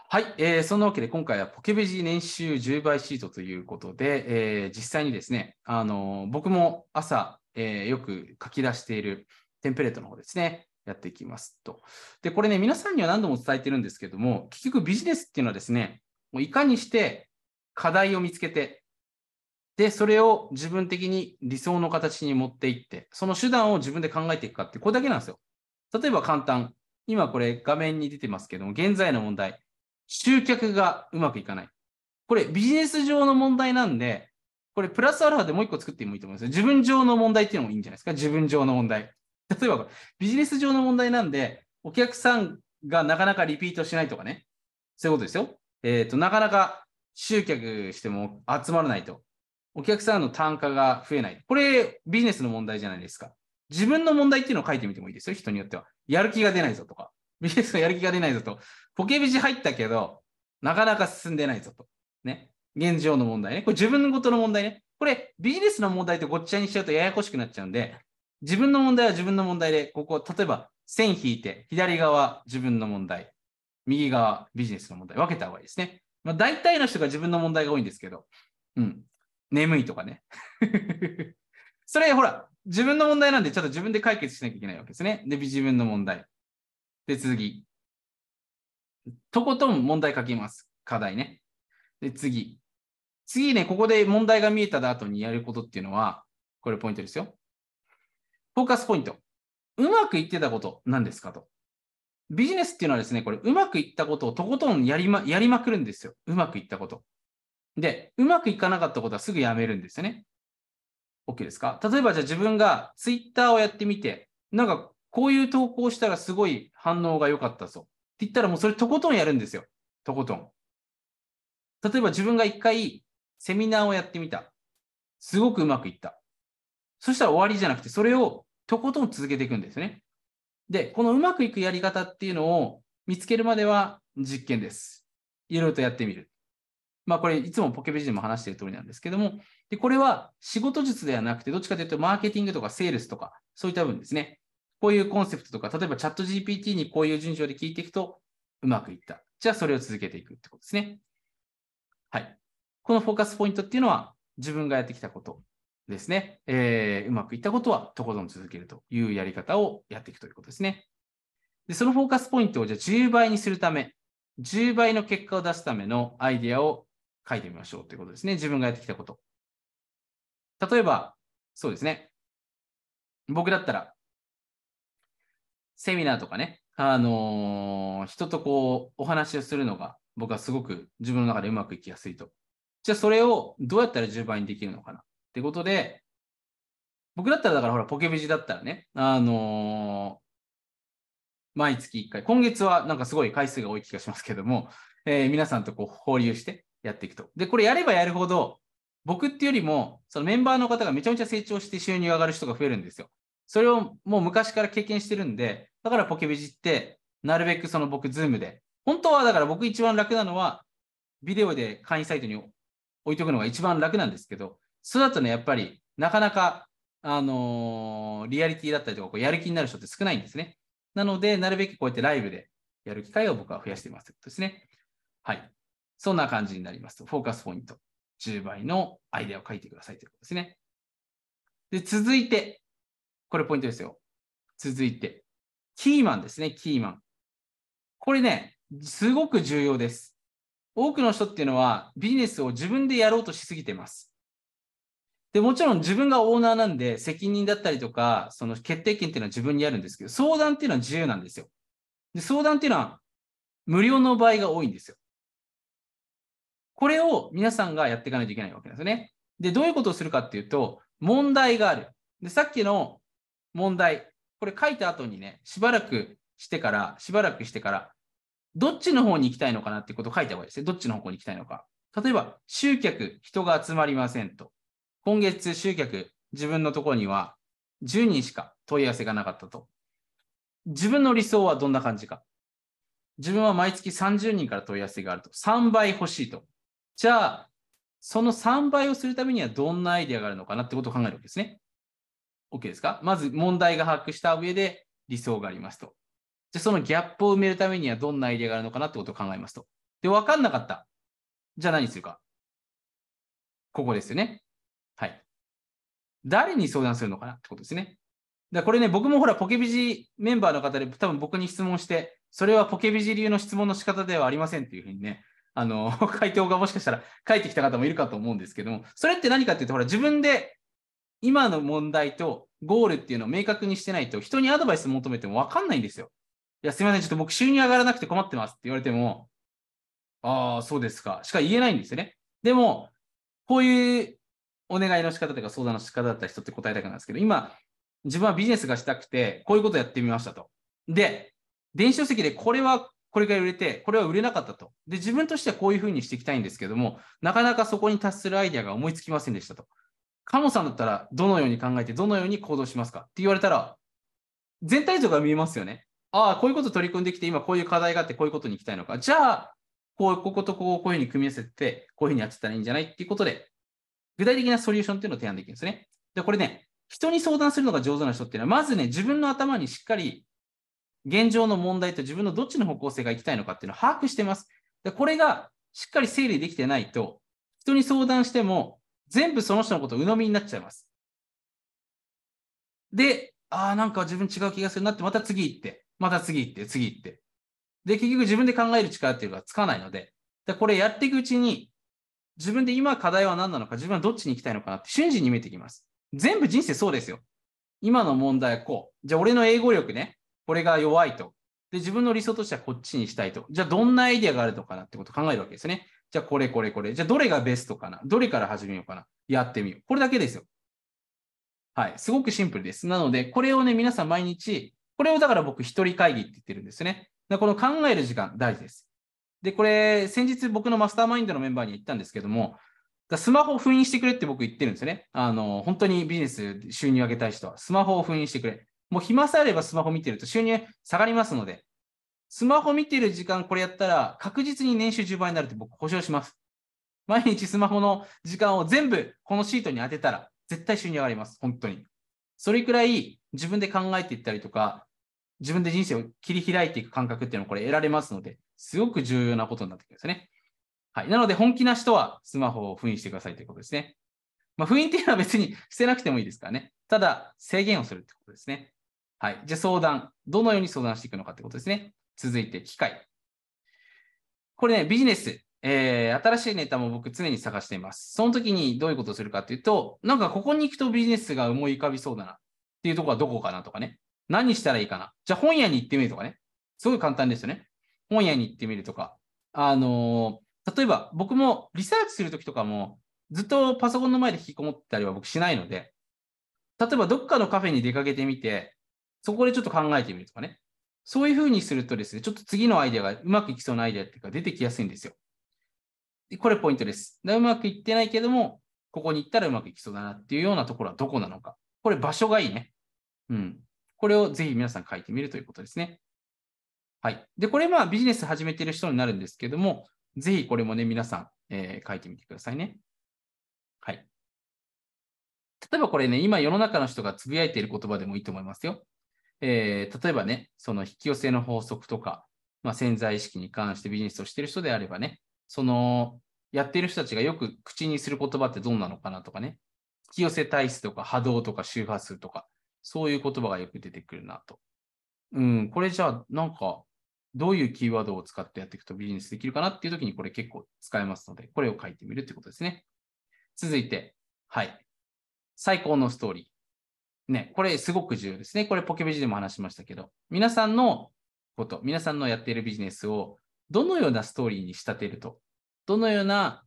はい、そんなわけで今回はポケベジ年収10倍シートということで、実際にですね、僕も朝、よく書き出しているテンプレートの方ですね、やっていきますと。で、これね、皆さんには何度も伝えてるんですけども、結局ビジネスっていうのはですね、もういかにして課題を見つけて、で、それを自分的に理想の形に持っていって、その手段を自分で考えていくかって、これだけなんですよ。例えば簡単。今これ画面に出てますけども、現在の問題。集客がうまくいかない。これビジネス上の問題なんで、これプラスアルファでもう一個作ってもいいと思うんですよ。自分上の問題っていうのもいいんじゃないですか。自分上の問題。例えばビジネス上の問題なんで、お客さんがなかなかリピートしないとかね。そういうことですよ。なかなか集客しても集まらないと。お客さんの単価が増えない。これビジネスの問題じゃないですか。自分の問題っていうのを書いてみてもいいですよ。人によっては。やる気が出ないぞとか。ビジネスのやる気が出ないぞと。ポケビジ入ったけど、なかなか進んでないぞと。ね。現状の問題ね。これ自分ごとの問題ね。これビジネスの問題とごっちゃにしちゃうとややこしくなっちゃうんで、自分の問題は自分の問題で、ここ、例えば線引いて、左側自分の問題、右側ビジネスの問題、分けた方がいいですね。まあ、大体の人が自分の問題が多いんですけど、うん。眠いとかね。それ、ほら、自分の問題なんで、ちょっと自分で解決しなきゃいけないわけですね。で、自分の問題。で、次。とことん問題書きます。課題ね。で、次。次ね、ここで問題が見えた後にやることっていうのは、これポイントですよ。フォーカスポイント。うまくいってたこと何ですかと。ビジネスっていうのはですね、これうまくいったことをとことんやりまくるんですよ。うまくいったこと。で、うまくいかなかったことはすぐやめるんですよね。OK ですか？例えばじゃあ自分がツイッターをやってみて、なんかこういう投稿したらすごい反応が良かったぞって言ったらもうそれとことんやるんですよ。とことん。例えば自分が一回セミナーをやってみた。すごくうまくいった。そしたら終わりじゃなくて、それをとことん続けていくんですね。で、このうまくいくやり方っていうのを見つけるまでは実験です。いろいろとやってみる。まあこれいつもポケベジでも話している通りなんですけども、でこれは仕事術ではなくて、どっちかというとマーケティングとかセールスとか、そういった部分ですね。こういうコンセプトとか、例えばチャット GPT にこういう順序で聞いていくとうまくいった。じゃあそれを続けていくってことですね。はい。このフォーカスポイントっていうのは自分がやってきたことですね。うまくいったことはとことん続けるというやり方をやっていくということですね。で、そのフォーカスポイントをじゃあ10倍にするため、10倍の結果を出すためのアイデアを書いてみましょうということですね。自分がやってきたこと。例えば、そうですね。僕だったら、セミナーとかね、人とこう、お話をするのが、僕はすごく自分の中でうまくいきやすいと。じゃあ、それをどうやったら10倍にできるのかなってことで、僕だったら、だからほら、ポケビジだったらね、毎月1回、今月はなんかすごい回数が多い気がしますけども、皆さんとこう交流してやっていくと。で、これやればやるほど、僕っていうよりも、そのメンバーの方がめちゃめちゃ成長して収入上がる人が増えるんですよ。それをもう昔から経験してるんで、だからポケビジって、なるべくその僕、ズームで、本当はだから僕一番楽なのは、ビデオで会員サイトに置いとくのが一番楽なんですけど、それだとね、やっぱりなかなか、リアリティだったりとか、こうやる気になる人って少ないんですね。なので、なるべくこうやってライブでやる機会を僕は増やしていますということですね。はい。そんな感じになりますと、フォーカスポイント10倍のアイデアを書いてくださいということですね。で、続いて、これポイントですよ。続いて、キーマンですね、キーマン。これね、すごく重要です。多くの人っていうのはビジネスを自分でやろうとしすぎてます。で、もちろん自分がオーナーなんで責任だったりとか、その決定権っていうのは自分にあるんですけど、相談っていうのは自由なんですよ。で、相談っていうのは無料の場合が多いんですよ。これを皆さんがやっていかないといけないわけなんですよね。で、どういうことをするかっていうと、問題がある。で、さっきの問題、これ書いた後にね、しばらくしてから、どっちの方に行きたいのかなっていうことを書いた方がいいですね。どっちの方向に行きたいのか。例えば、集客、人が集まりませんと。今月集客、自分のところには10人しか問い合わせがなかったと。自分の理想はどんな感じか。自分は毎月30人から問い合わせがあると。3倍欲しいと。じゃあ、その3倍をするためにはどんなアイデアがあるのかなってことを考えるわけですね。OK ですか？まず問題が把握した上で理想がありますと。じゃあそのギャップを埋めるためにはどんなアイデアがあるのかなってことを考えますと。 で、分かんなかった。じゃあ何するか。ここですよね。はい。誰に相談するのかなってことですね。これね、僕もほら、ポケビジメンバーの方で多分僕に質問して、それはポケビジ流の質問の仕方ではありませんっていうふうにね、回答がもしかしたら返ってきた方もいるかと思うんですけども、それって何かっていうと、ほら、自分で今の問題とゴールっていうのを明確にしてないと、人にアドバイス求めても分かんないんですよ。いや、すみません、ちょっと僕収入上がらなくて困ってますって言われても、ああ、そうですか、しか言えないんですよね。でも、こういうお願いの仕方とか相談の仕方だった人って答えたくなんですけど、今、自分はビジネスがしたくて、こういうことやってみましたと。で、電子書籍でこれはこれが売れて、これは売れなかったと。で、自分としてはこういうふうにしていきたいんですけども、なかなかそこに達するアイデアが思いつきませんでしたと。カモさんだったらどのように考えて、どのように行動しますかって言われたら、全体像が見えますよね。ああ、こういうこと取り組んできて、今こういう課題があって、こういうことに行きたいのか。じゃあ、こことこういうふうに組み合わせて、こういうふうにやってたらいいんじゃないっていうことで、具体的なソリューションっていうのを提案できるんですね。で、これね、人に相談するのが上手な人っていうのは、まずね、自分の頭にしっかり現状の問題と自分のどっちの方向性が行きたいのかっていうのを把握してます。で、これがしっかり整理できてないと、人に相談しても、全部その人のこと鵜呑みになっちゃいます。で、なんか自分違う気がするなって、また次行って、また次行って、次行って。で、結局自分で考える力っていうのがつかないので、これやっていくうちに、自分で今課題は何なのか、自分はどっちに行きたいのかなって瞬時に見えてきます。全部人生そうですよ。今の問題はこう。じゃあ俺の英語力ね、これが弱いと。で、自分の理想としてはこっちにしたいと。じゃあどんなアイデアがあるのかなってことを考えるわけですね。じゃあこれこれこれ。じゃあどれがベストかな、どれから始めようかな、やってみよう。これだけですよ。はい。すごくシンプルです。なので、これをね、皆さん毎日、これをだから僕一人会議って言ってるんですね。この考える時間大事です。で、これ、先日僕のマスターマインドのメンバーに言ったんですけども、スマホを封印してくれって僕言ってるんですよね。本当にビジネス収入上げたい人は、スマホを封印してくれ。もう暇さえあればスマホ見てると収入下がりますので、スマホ見てる時間これやったら確実に年収10倍になるって僕保証します。毎日スマホの時間を全部このシートに当てたら絶対収入上がります。本当に。それくらい自分で考えていったりとか、自分で人生を切り開いていく感覚っていうのをこれ得られますので、すごく重要なことになってくるんですね。はい。なので本気な人はスマホを封印してくださいということですね。封印っていうのは別に捨てなくてもいいですからね。ただ制限をするってことですね。はい。じゃあ相談。どのように相談していくのかってことですね。続いて機会。これね、ビジネス。新しいネタも僕常に探しています。その時にどういうことをするかっていうと、なんかここに行くとビジネスが思い浮かびそうだなっていうところはどこかなとかね。何したらいいかな。じゃあ本屋に行ってみるとかね。すごい簡単ですよね。本屋に行ってみるとか。例えば僕もリサーチするときとかもずっとパソコンの前で引きこもったりは僕しないので、例えばどっかのカフェに出かけてみて、そこでちょっと考えてみるとかね。そういうふうにするとですね、ちょっと次のアイデアがうまくいきそうなアイデアっていうか出てきやすいんですよ。でこれポイントです。うまくいってないけども、ここに行ったらうまくいきそうだなっていうようなところはどこなのか。これ場所がいいね。うん。これをぜひ皆さん書いてみるということですね。はい。で、これビジネス始めてる人になるんですけども、ぜひこれもね、皆さん、書いてみてくださいね。はい。例えばこれね、今世の中の人がつぶやいている言葉でもいいと思いますよ。例えばね、その引き寄せの法則とか、潜在意識に関してビジネスをしている人であればね、そのやっている人たちがよく口にする言葉ってどんなのかなとかね、引き寄せ体質とか波動とか周波数とか、そういう言葉がよく出てくるなと。うん、これじゃあなんか、どういうキーワードを使ってやっていくとビジネスできるかなっていう時にこれ結構使えますので、これを書いてみるってことですね。続いて、はい。最高のストーリー。ね、これすごく重要ですね。これポケベジでも話しましたけど、皆さんのこと、皆さんのやっているビジネスをどのようなストーリーに仕立てると、どのような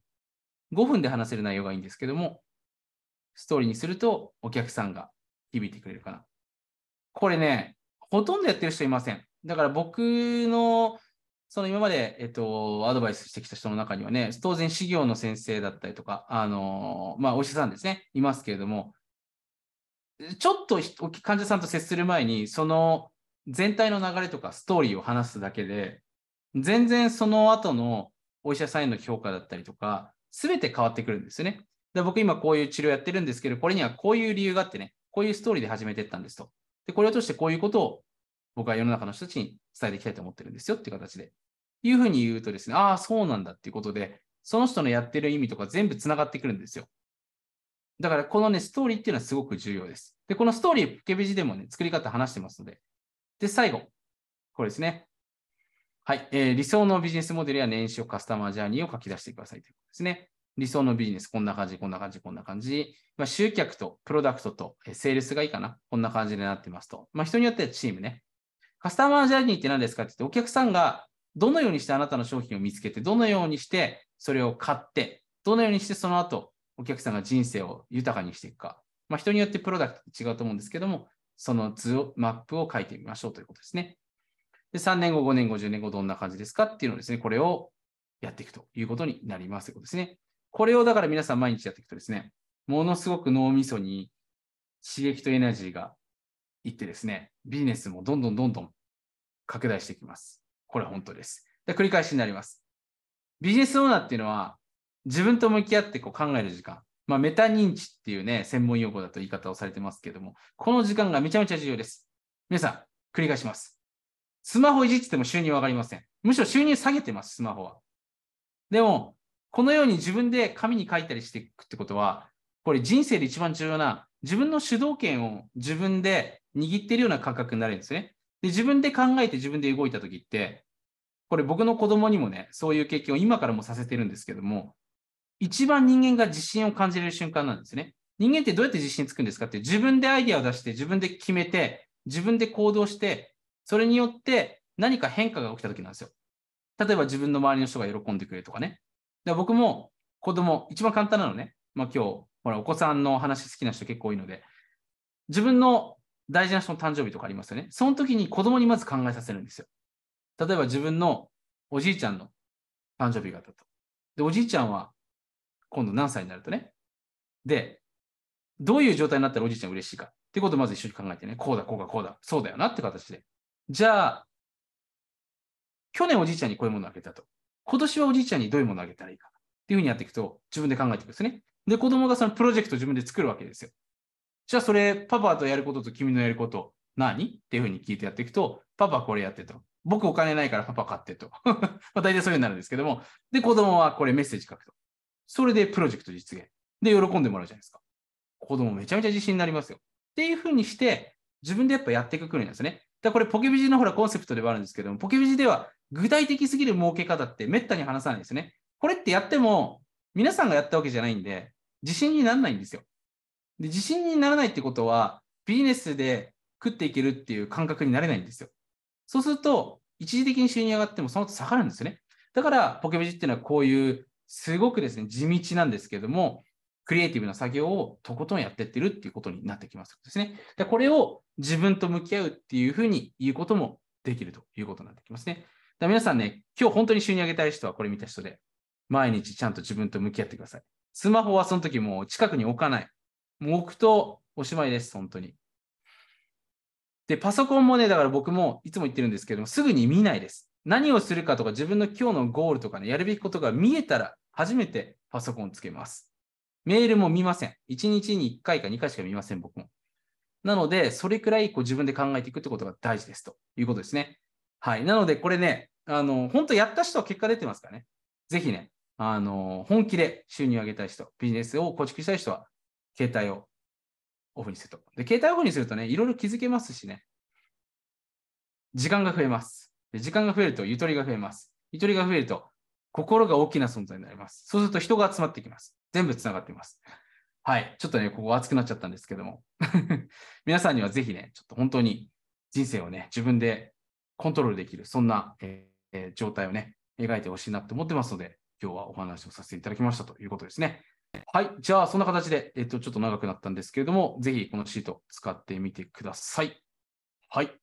5分で話せる内容がいいんですけども、ストーリーにするとお客さんが響いてくれるかな。これね、ほとんどやってる人いません。だから僕のその今まで、アドバイスしてきた人の中にはね、当然、修行の先生だったりとか、お医者さんですね、いますけれども、ちょっと患者さんと接する前に、その全体の流れとかストーリーを話すだけで、全然その後のお医者さんへの評価だったりとか、すべて変わってくるんですよね。で僕今こういう治療やってるんですけど、これにはこういう理由があってね、こういうストーリーで始めていったんですと。で、これを通してこういうことを僕は世の中の人たちに伝えていきたいと思ってるんですよっていう形でいうふうに言うとですね、ああ、そうなんだっていうことで、その人のやってる意味とか全部つながってくるんですよ。だからこのね、ストーリーっていうのはすごく重要です。で、このストーリー、ポケベジでもね、作り方話してますので。で、最後、これですね。はい、理想のビジネスモデルや年収カスタマージャーニーを書き出してくださいということですね。理想のビジネス、こんな感じ、こんな感じ、こんな感じ。集客とプロダクトとセールスがいいかな。こんな感じになってますと。人によってはチームね。カスタマージャーニーって何ですかって言って、お客さんがどのようにしてあなたの商品を見つけて、どのようにしてそれを買って、どのようにしてその後、お客さんが人生を豊かにしていくか。人によってプロダクトって違うと思うんですけども、その図を、マップを書いてみましょうということですね。で、3年後、5年後、10年後、どんな感じですかっていうのをですね、これをやっていくということになりますということですね。これをだから皆さん毎日やっていくとですね、ものすごく脳みそに刺激とエナジーがいってですね、ビジネスもどんどん拡大していきます。これは本当です。で、繰り返しになります。ビジネスオーナーっていうのは、自分と向き合って考える時間。メタ認知っていうね、専門用語だと言い方をされてますけども、この時間がめちゃめちゃ重要です。皆さん、繰り返します。スマホいじってても収入上がりません。むしろ収入下げてます、スマホは。でも、このように自分で紙に書いたりしていくってことは、これ人生で一番重要な自分の主導権を自分で握っているような感覚になるんですね。で、自分で考えて自分で動いたときって、これ僕の子供にもね、そういう経験を今からもさせてるんですけども、一番人間が自信を感じれる瞬間なんですね。人間ってどうやって自信つくんですかって、自分でアイデアを出して、自分で決めて、自分で行動して、それによって何か変化が起きたときなんですよ。例えば自分の周りの人が喜んでくれるとかね。で僕も子供、一番簡単なのね。今日、ほら、お子さんの話好きな人結構多いので、自分の大事な人の誕生日とかありますよね。その時に子供にまず考えさせるんですよ。例えば自分のおじいちゃんの誕生日があったと。で、おじいちゃんは今度何歳になるとね。で、どういう状態になったらおじいちゃん嬉しいかっていうことをまず一緒に考えてね。こうだ、こうだ、こうだ。そうだよなって形で。じゃあ、去年おじいちゃんにこういうものをあげたと。今年はおじいちゃんにどういうものをあげたらいいかっていうふうにやっていくと、自分で考えていくんですね。で、子供がそのプロジェクトを自分で作るわけですよ。じゃあそれ、パパとやることと君のやること、何っていうふうに聞いてやっていくと、パパこれやってと。僕お金ないからパパ買ってと。大体そういうになるんですけども。で、子供はこれメッセージ書くと。それでプロジェクト実現。で、喜んでもらうじゃないですか。子供めちゃめちゃ自信になりますよ。っていうふうにして、自分でやっぱやっていくくるんですね。これポケビジのほらコンセプトではあるんですけども、ポケビジでは具体的すぎる儲け方ってめったに話さないんですね。これってやっても皆さんがやったわけじゃないんで、自信にならないんですよ。で、自信にならないってことは、ビジネスで食っていけるっていう感覚になれないんですよ。そうすると、一時的に収入上がってもその後下がるんですよね。だから、ポケビジっていうのはこういう、すごくですね、地道なんですけども、クリエイティブな作業をとことんやってってるっていうことになってきますですね。でこれを自分と向き合うっていうふうに言うこともできるということになってきますね。だ皆さんね、今日本当に収入上げたい人はこれ見た人で、毎日ちゃんと自分と向き合ってください。スマホはその時もう近くに置かない。もう置くとおしまいです、本当に。で、パソコンもね、だから僕もいつも言ってるんですけども、すぐに見ないです。何をするかとか自分の今日のゴールとかね、やるべきことが見えたら初めてパソコンをつけます。メールも見ません。1日に1回か2回しか見ません、僕も。なので、それくらい自分で考えていくってことが大事ですということですね。はい。なので、これね、本当やった人は結果出てますからね。ぜひね、本気で収入を上げたい人、ビジネスを構築したい人は、携帯をオフにすると。で、携帯オフにするとね、いろいろ気づけますしね、時間が増えます。で時間が増えるとゆとりが増えます。ゆとりが増えると心が大きな存在になります。そうすると人が集まってきます。全部つながっています。はい。ちょっとね、ここ熱くなっちゃったんですけども。皆さんにはぜひね、ちょっと本当に人生をね、自分でコントロールできる、そんな、状態をね、描いてほしいなと思ってますので、今日はお話をさせていただきましたということですね。はい。じゃあ、そんな形で、ちょっと長くなったんですけれども、ぜひこのシート使ってみてください。はい。